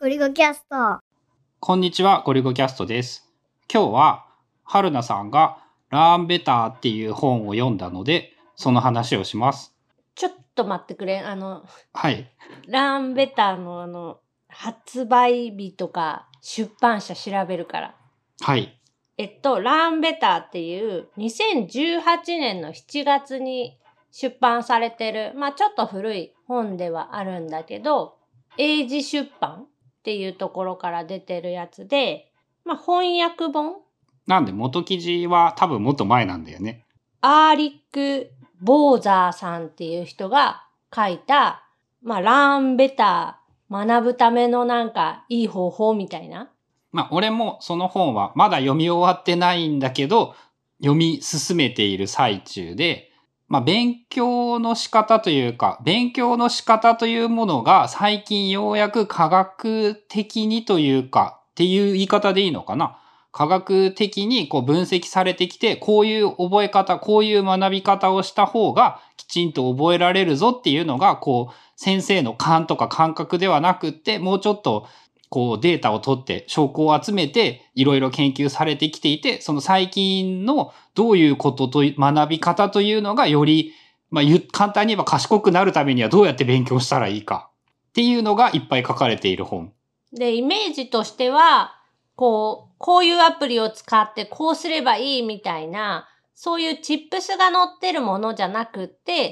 ゴリゴキャスト。 こんにちは、ゴリゴキャストです。今日は、春菜さんがラーンベターっていう本を読んだので、その話をします。 ちょっと待ってくれ。 はい。 ラーンベターの発売日とか出版社調べるから。 はい。 ラーンベターっていう2018年の7月に出版されてる、ちょっと古い本ではあるんだけど、英字出版っていうところから出てるやつで、翻訳本？ なんで元記事は多分もっと前なんだよね。 アーリック・ボーザーさんっていう人が書いた、ラーンベター学ぶためのいい方法みたいな。 俺もその本はまだ読み終わってないんだけど、読み進めている最中で、勉強の仕方というか、勉強の仕方というものが最近ようやく科学的にというか、っていう言い方でいいのかな。科学的にこう分析されてきて、こういう覚え方、こういう学び方をした方がきちんと覚えられるぞっていうのが、先生の勘とか感覚ではなくって、もうちょっとデータを取って証拠を集めていろいろ研究されてきていて、その最近のどういうことと学び方というのがより、簡単に言えば賢くなるためにはどうやって勉強したらいいかっていうのがいっぱい書かれている本。 で、イメージとしては、こういうアプリを使ってこうすればいいみたいな、そういうチップスが載ってるものじゃなくって、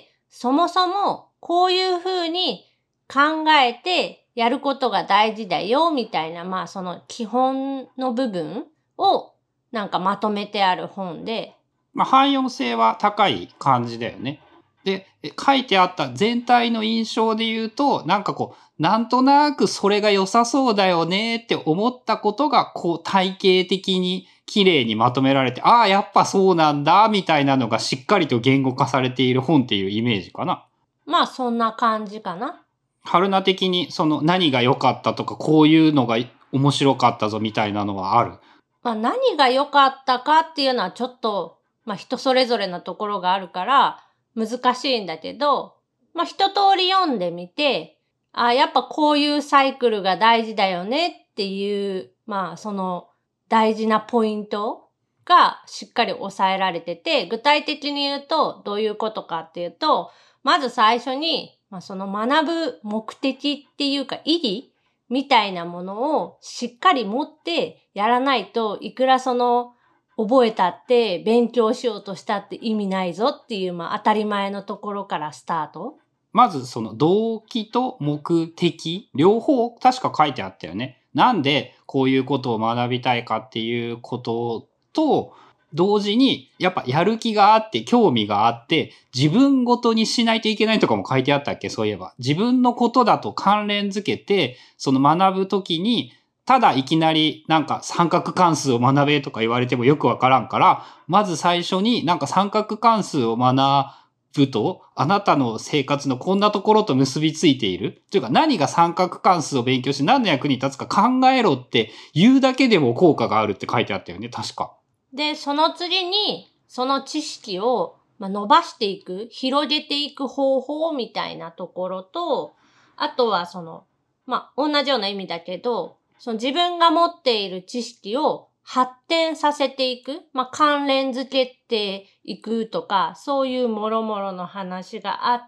そもそもこういう風に考えてやることが大事だよみたいな、その基本の部分をまとめてある本で。 汎用性は高い感じだよね。で、書いてあった全体の印象で言うと、なんとなくそれが良さそうだよねって思ったことが、体系的に綺麗にまとめられて、ああ、やっぱそうなんだ、みたいなのがしっかりと言語化されている本っていうイメージかな。 そんな感じかな。 春菜的に何が良かったとか、こういうのが面白かったぞみたいなのはある。 何が良かったかっていうのはちょっと、人それぞれのところがあるから難しいんだけど、一通り読んでみて、やっぱこういうサイクルが大事だよねっていう、その大事なポイントがしっかり抑えられてて、具体的に言うとどういうことかっていうと、まず最初に、その学ぶ目的っていうか意義みたいなものをしっかり持ってやらないと、いくら覚えたって勉強しようとしたって意味ないぞっていう、当たり前のところからスタート。 まず動機と目的、両方確か書いてあったよね。なんでこういうことを学びたいかっていうことと、同時にやっぱやる気があって興味があって自分ごとにしないといけないとかも書いてあったっけ、そういえば。自分のことだと関連づけて、学ぶときにただいきなり三角関数を学べとか言われてもよくわからんから、まず最初に三角関数を学ぶと、あなたの生活のこんなところと結びついている。というか何が三角関数を勉強して何の役に立つか考えろって言うだけでも効果があるって書いてあったよね、確か。 で、その次に、その知識を伸ばしていく、広げていく方法みたいなところと、あとは同じような意味だけど、自分が持っている知識を発展させていく、関連づけていくとか、そういうもろもろの話があって、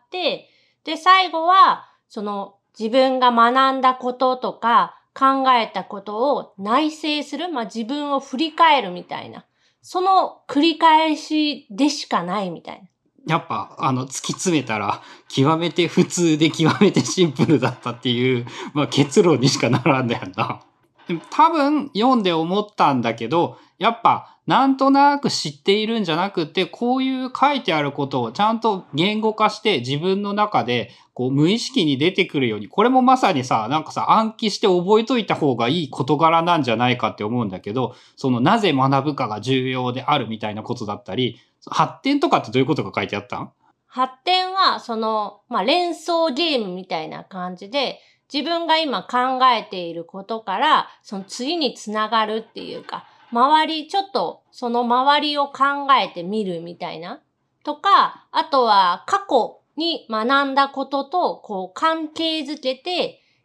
で、最後は、自分が学んだこととか、考えたことを内省する、自分を振り返るみたいな。その繰り返しでしかないみたいな。 やっぱ、突き詰めたら、極めて普通で極めてシンプルだったっていう、結論にしかならんだよな。でも多分、読んで思ったんだけど、やっぱ、なんとなく知っているんじゃなくて、こういう書いてあることをちゃんと言語化して自分の中で、無意識に出てくるように、これもまさに暗記して覚えといた方がいい事柄なんじゃないかって思うんだけど、なぜ学ぶかが重要であるみたいなことだったり、発展とかってどういうことが書いてあったん？ 発展は、連想ゲームみたいな感じで、自分が今考えていることから、次につながるっていうか、ちょっとその周りを考えてみるみたいな。とか、あとは過去に学んだことと、関係づけて、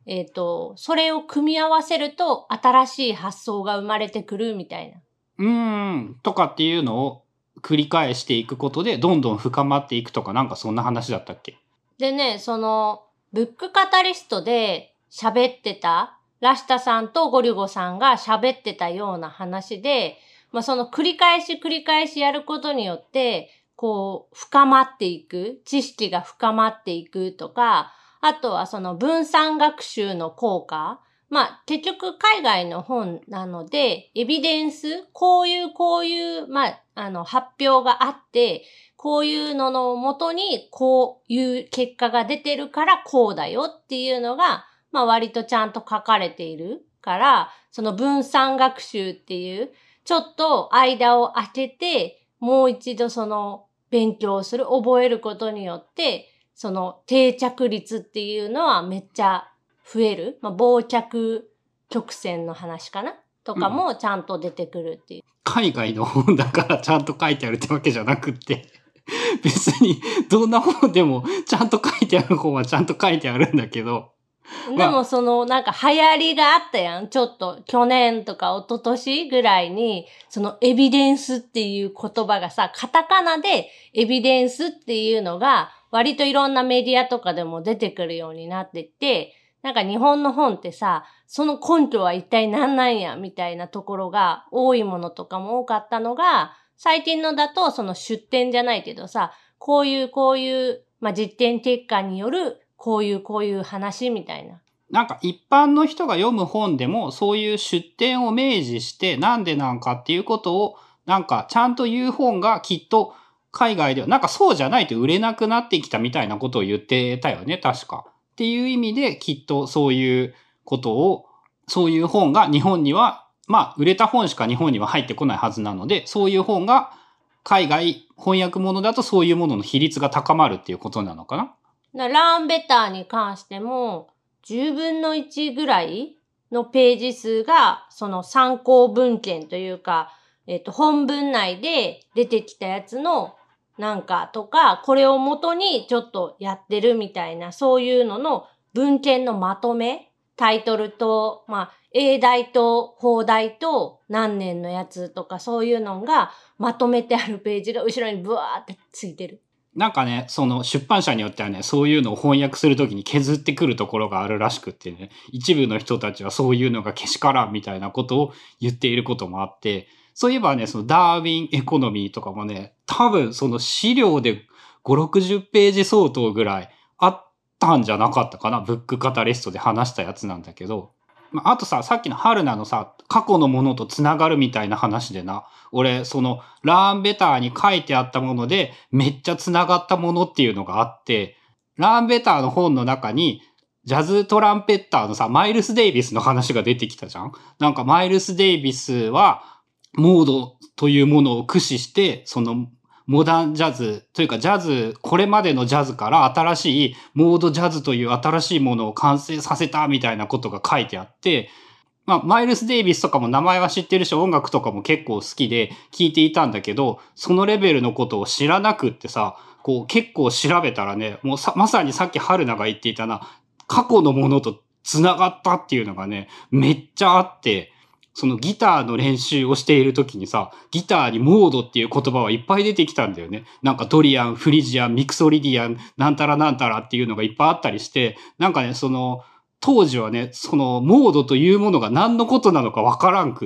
それを組み合わせると新しい発想が生まれてくるみたいな。 とかっていうのを繰り返していくことでどんどん深まっていくとか、なんかそんな話だったっけ？ でね、ブックカタリストで喋ってた、ラシタさんとゴリュゴさんが喋ってたような話で、その繰り返しやることによって、深まっていく、知識が深まっていくとか、あとはその分散学習の効果。結局海外の本なので、エビデンス、こういう、発表があって、こういうののもとに、こういう結果が出てるからこうだよっていうのが、割とちゃんと書かれているから、その分散学習っていう、ちょっと間を空けて、もう一度勉強する、覚えることによって、その定着率っていうのはめっちゃ増える。傍着曲線の話かなとかもちゃんと出てくるっていう。 海外の本だからちゃんと書いてあるってわけじゃなくって、別にどんな本でもちゃんと書いてある本はちゃんと書いてあるんだけど。 でもなんか流行りがあったやん。ちょっと去年とか一昨年ぐらいに、そのエビデンスっていう言葉がさ、カタカナでエビデンスっていうのが割といろんなメディアとかでも出てくるようになってって、なんか日本の本ってさ、その根拠は一体何なんやみたいなところが多いものとかも多かったのが、最近のだとその出典じゃないけどさ、こういう、実験結果によるこういう話みたいな。 なんか一般の人が読む本でもそういう出典を明示してなんでなんかっていうことをなんかちゃんと言う本がきっと海外ではなんかそうじゃないと売れなくなってきたみたいなことを言ってたよね、確か。っていう意味できっとそういうことを、そういう本が日本には、売れた本しか日本には入ってこないはずなので、そういう本が海外翻訳物だとそういうものの比率が高まるっていうことなのかな。 ラーンベターに関しても、10分の1ぐらいのページ数が、その参考文献というか、本文内で出てきたやつのなんかとか、これを元にちょっとやってるみたいな、そういうのの文献のまとめ、タイトルと、英題と邦題と何年のやつとかそういうのがまとめてあるページが後ろにブワーってついてる。 なんかね、その出版社によってはね、そういうのを翻訳するときに削ってくるところがあるらしくってね、一部の人たちはそういうのがけしからんみたいなことを言っていることもあって、そういえばね、そのダーウィンエコノミーとかもね、多分その資料で5、60ページ相当ぐらいあったんじゃなかったかな、ブックカタリストで話したやつなんだけど、あとさっきの春菜のさ、過去のものとつながるみたいな話でな、俺、その、ラーンベターに書いてあったもので、めっちゃつながったものっていうのがあって、ラーンベターの本の中に、ジャズトランペッターのさ、マイルス・デイビスの話が出てきたじゃん。なんかマイルス・デイビスは、モードというものを駆使して、その、モダンジャズというかジャズ、これまでのジャズから新しいモードジャズという新しいものを完成させたみたいなことが書いてあって、マイルス・デイビスとかも名前は知ってるし、音楽とかも結構好きで聞いていたんだけど、そのレベルのことを知らなくってさ、結構調べたらね、まさにさっき春菜が言っていたな、過去のものと繋がったっていうのがね、めっちゃあって、そのギターの練習をしている時にさ、ギターにモードっていう言葉はいっぱい出てきたんだよね。なんかドリアン、フリジアン、ミクソリディアン、なんたらなんたらっていうのがいっぱいあったりして、なんかね、当時はね、そのモードというものが何のことなのかわからんくって、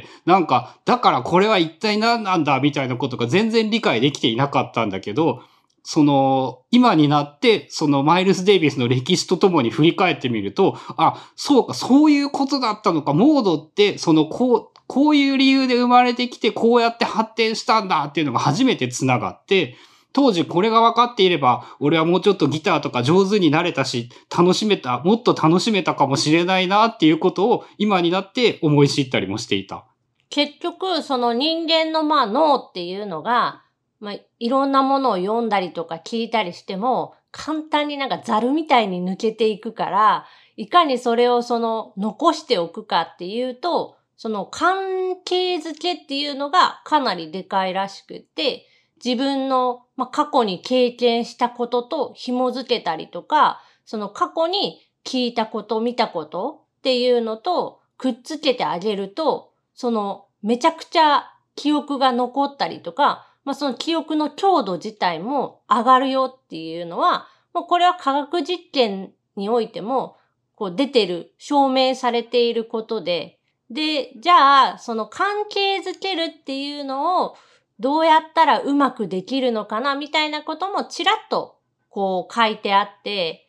なんか、だからこれは一体何なんだみたいなことが全然理解できていなかったんだけど、今になって、マイルス・デイビスの歴史とともに振り返ってみると、あ、そうか、そういうことだったのか、モードって、こういう理由で生まれてきて、こうやって発展したんだっていうのが初めて繋がって、当時これが分かっていれば、俺はもうちょっとギターとか上手になれたし、もっと楽しめたかもしれないなっていうことを今になって思い知ったりもしていた。 結局、その人間の脳っていうのが、いろんなものを読んだりとか聞いたりしても、簡単になんかザルみたいに抜けていくから、いかにそれを残しておくかっていうと、その関係づけっていうのがかなりでかいらしくて、自分の、過去に経験したことと紐づけたりとか、その過去に聞いたこと、見たことっていうのとくっつけてあげると、めちゃくちゃ記憶が残ったりとか、その記憶の強度自体も上がるよっていうのは、もうこれは科学実験においても、出てる、証明されていることで、で、じゃあ、その関係づけるっていうのをどうやったらうまくできるのかなみたいなこともちらっと書いてあって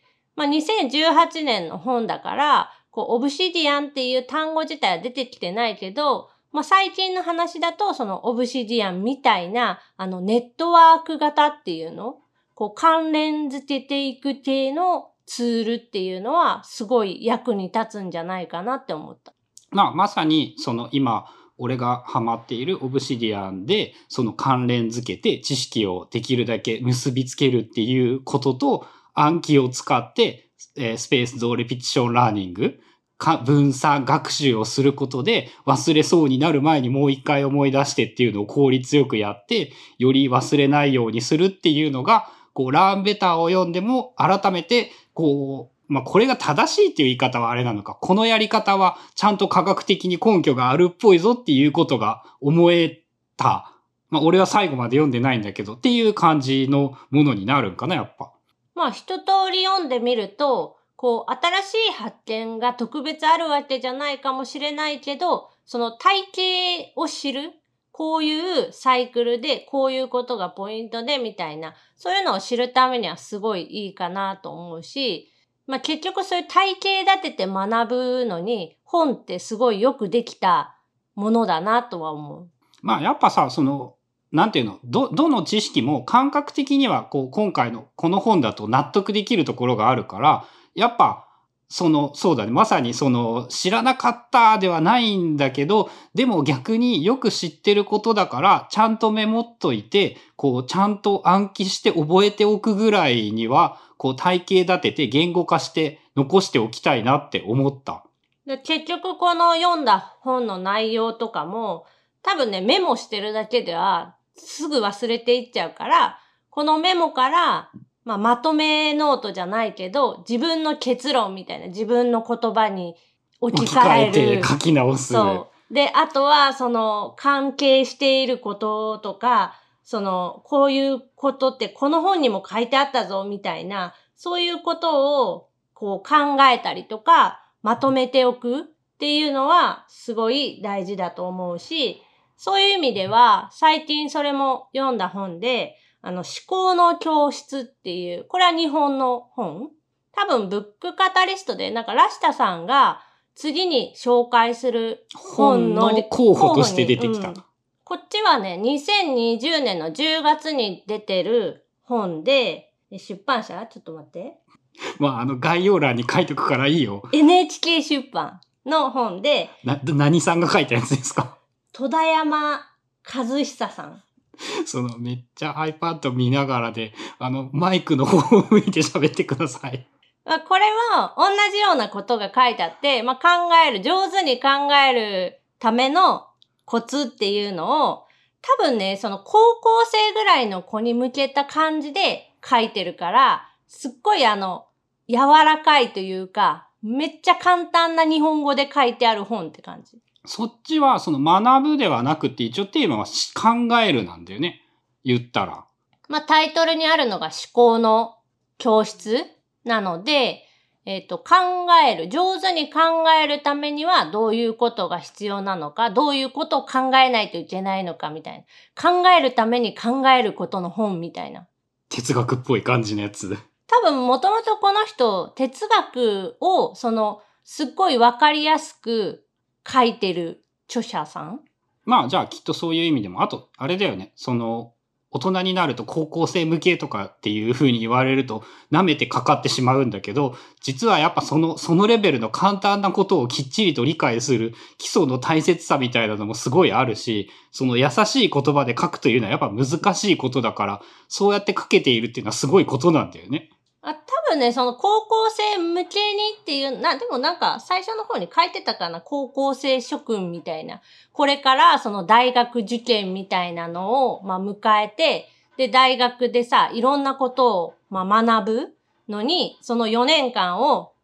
、2018年の本だから、オブシディアンっていう単語自体は出てきてないけど、最近の話だと、そのオブシディアンみたいな、ネットワーク型っていうの、関連づけていく系のツールっていうのは、すごい役に立つんじゃないかなって思った。 まさに、今、俺がハマっているオブシディアンで、その関連づけて知識をできるだけ結びつけるっていうことと、暗記を使って、スペースドレピティションラーニング、分散学習をすることで忘れそうになる前にもう一回思い出してっていうのを効率よくやって、より忘れないようにするっていうのが、ラーンベターを読んでも改めて、これが正しいっていう言い方はあれなのか、このやり方はちゃんと科学的に根拠があるっぽいぞっていうことが思えた。俺は最後まで読んでないんだけどっていう感じのものになるんかな、やっぱ。 一通り読んでみると、新しい発見が特別あるわけじゃないかもしれないけど、その体系を知る、こういうサイクルで、こういうことがポイントで、みたいな、そういうのを知るためにはすごいいいかなと思うし、結局そういう体系立てて学ぶのに、本ってすごいよくできたものだなとは思う。 やっぱさ、なんていうの、どの知識も感覚的には今回のこの本だと納得できるところがあるから、やっぱ、そうだね。まさに知らなかったではないんだけど、でも逆によく知ってることだから、ちゃんとメモっといて、ちゃんと暗記して覚えておくぐらいには、体系立てて言語化して残しておきたいなって思った。 で、結局この読んだ本の内容とかも、多分ね、メモしてるだけではすぐ忘れていっちゃうから、このメモから、まとめノートじゃないけど、自分の結論みたいな、自分の言葉に置き換える。 置き換えて書き直す。 そう。で、あとは、関係していることとか、こういうことってこの本にも書いてあったぞ、みたいな、そういうことを、考えたりとか、まとめておくっていうのは、すごい大事だと思うし、そういう意味では、最近それも読んだ本で、思考の教室っていう、これは日本の本？多分、ブックカタリストで、ラシタさんが次に紹介する本の候補として出てきた。 こっちはね、2020年の10月に出てる本で、出版社？ちょっと待って。 概要欄に書いとくからいいよ。 NHK 出版の本で、 何さんが書いたやつですか？ 戸田山和久さん。 めっちゃ iPad 見ながらで、マイクの方を向いて喋ってください。 これも同じようなことが書いてあって、上手に考えるためのコツっていうのを、多分ね、高校生ぐらいの子に向けた感じで書いてるから、すっごい柔らかいというか、めっちゃ簡単な日本語で書いてある本って感じ。 そっちは学ぶではなくて、一応テーマは考えるなんだよね。言ったら。 タイトルにあるのが思考の教室なので、上手に考えるためにはどういうことが必要なのか、どういうことを考えないといけないのかみたいな。考えるために考えることの本みたいな。 哲学っぽい感じのやつ。 多分もともとこの人、哲学をすっごいわかりやすく書いてる著者さん？ じゃあきっとそういう意味でも、あと、あれだよね。大人になると高校生向けとかっていう風に言われると舐めてかかってしまうんだけど、実はやっぱそのレベルの簡単なことをきっちりと理解する基礎の大切さみたいなのもすごいあるし、優しい言葉で書くというのはやっぱ難しいことだから、そうやって書けているっていうのはすごいことなんだよね。 多分ね、高校生向けにっていう、でも最初の方に書いてたかな、高校生諸君みたいな。これから大学受験みたいなのを、迎えて、で、大学でさ、いろんなことを、学ぶのに、その4年間を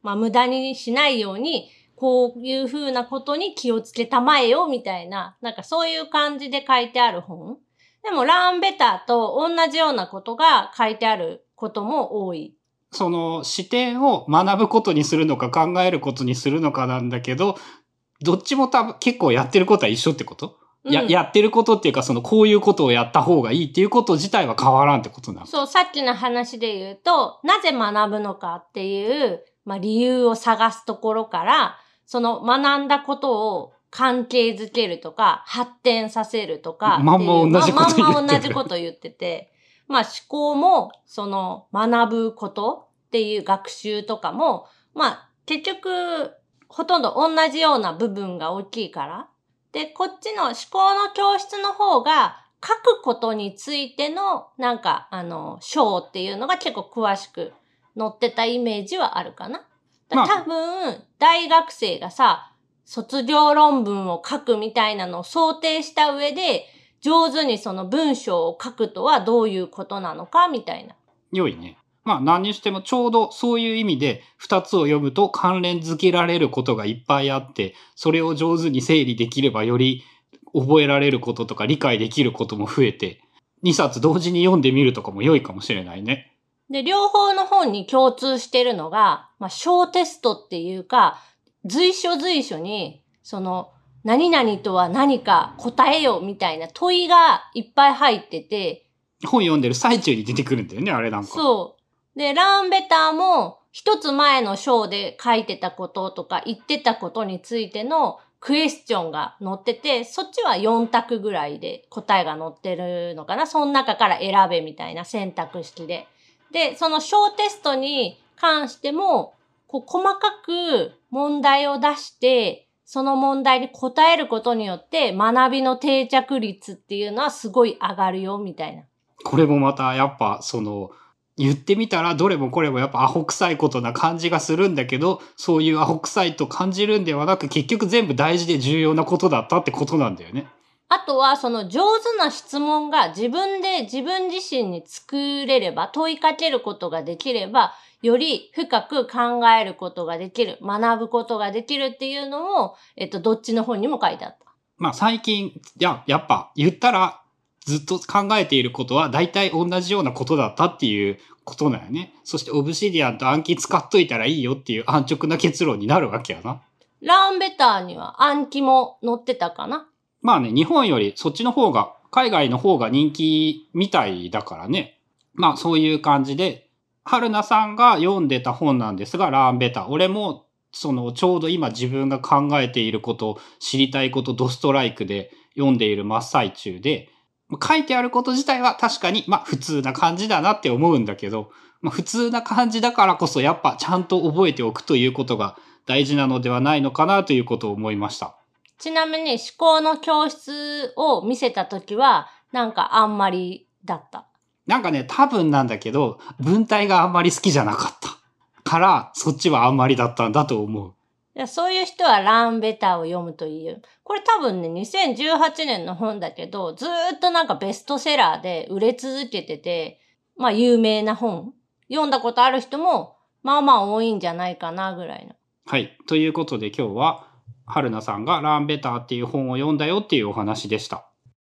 まあ無駄にしないように、こういう風なことに気をつけたまえよ、みたいな、なんかそういう感じで書いてある本。でも、ラーンベターと同じようなことが書いてあることも多い。 その視点を学ぶことにするのか考えることにするのかなんだけど、どっちも多分結構やってることは一緒ってこと？やってることっていうか、こういうことをやった方がいいっていうこと自体は変わらんってことなの？ そう、さっきの話で言うと、なぜ学ぶのかっていう、まあ理由を探すところから、その学んだことを関係づけるとか、発展させるとかまんま同じこと言ってる。 まんま同じこと言ってて、まあ思考も、学ぶことっていう学習とかも、まあ結局、ほとんど同じような部分が大きいから。で、こっちの思考の教室の方が、書くことについての、章っていうのが結構詳しく載ってたイメージはあるかな。多分、大学生がさ、卒業論文を書くみたいなのを想定した上で、上手にその文章を書くとはどういうことなのかみたいな。 良いね。まあ何にしてもちょうどそういう意味で2つを読むと関連づけられることがいっぱいあって、それを上手に整理できればより覚えられることとか理解できることも増えて、2冊同時に読んでみるとかも良いかもしれないね。 で、両方の本に共通してるのが、まあ、小テストっていうか、随所随所に、何々とは何か答えよみたいな問いがいっぱい入ってて。 本読んでる最中に出てくるんだよね、あれなんか。 そう。で、ラーンベターも、一つ前の章で書いてたこととか言ってたことについてのクエスチョンが載ってて、そっちは4択ぐらいで答えが載ってるのかな。その中から選べみたいな選択式で。で、その小テストに関しても、細かく問題を出して、その問題に答えることによって学びの定着率っていうのはすごい上がるよ、みたいな。 これもまたやっぱ言ってみたらどれもこれもやっぱアホ臭いことな感じがするんだけど、そういうアホ臭いと感じるんではなく、結局全部大事で重要なことだったってことなんだよね。 あとは、上手な質問が自分自身に作れれば、問いかけることができれば、より深く考えることができる、学ぶことができるっていうのも、どっちの本にも書いてあった。 まあ最近、やっぱ言ったらずっと考えていることは大体同じようなことだったっていうことだよね。そしてオブシディアンと暗記使っといたらいいよっていう安直な結論になるわけやな。 ラーンベターには暗記も載ってたかな。 まあね、日本よりそっちの方が、海外の方が人気みたいだからね。まあそういう感じで、春菜さんが読んでた本なんですが、ラーンベター。俺も、ちょうど今自分が考えていること、知りたいこと、ドストライクで読んでいる真っ最中で、書いてあること自体は確かに、まあ普通な感じだなって思うんだけど、まあ普通な感じだからこそやっぱちゃんと覚えておくということが大事なのではないのかなということを思いました。 ちなみに思考の教室を見せたときは、なんかあんまりだった。 なんかね、多分なんだけど、文体があんまり好きじゃなかった。から、そっちはあんまりだったんだと思う。 いや、そういう人はラーンベターを読むといいよ。これ多分ね、2018年の本だけど、ずーっとなんかベストセラーで売れ続けてて、まあ有名な本。読んだことある人も、まあまあ多いんじゃないかなぐらいの。 はい。ということで今日は、春菜さんがラーンベターっていう本を読んだよっていうお話でした。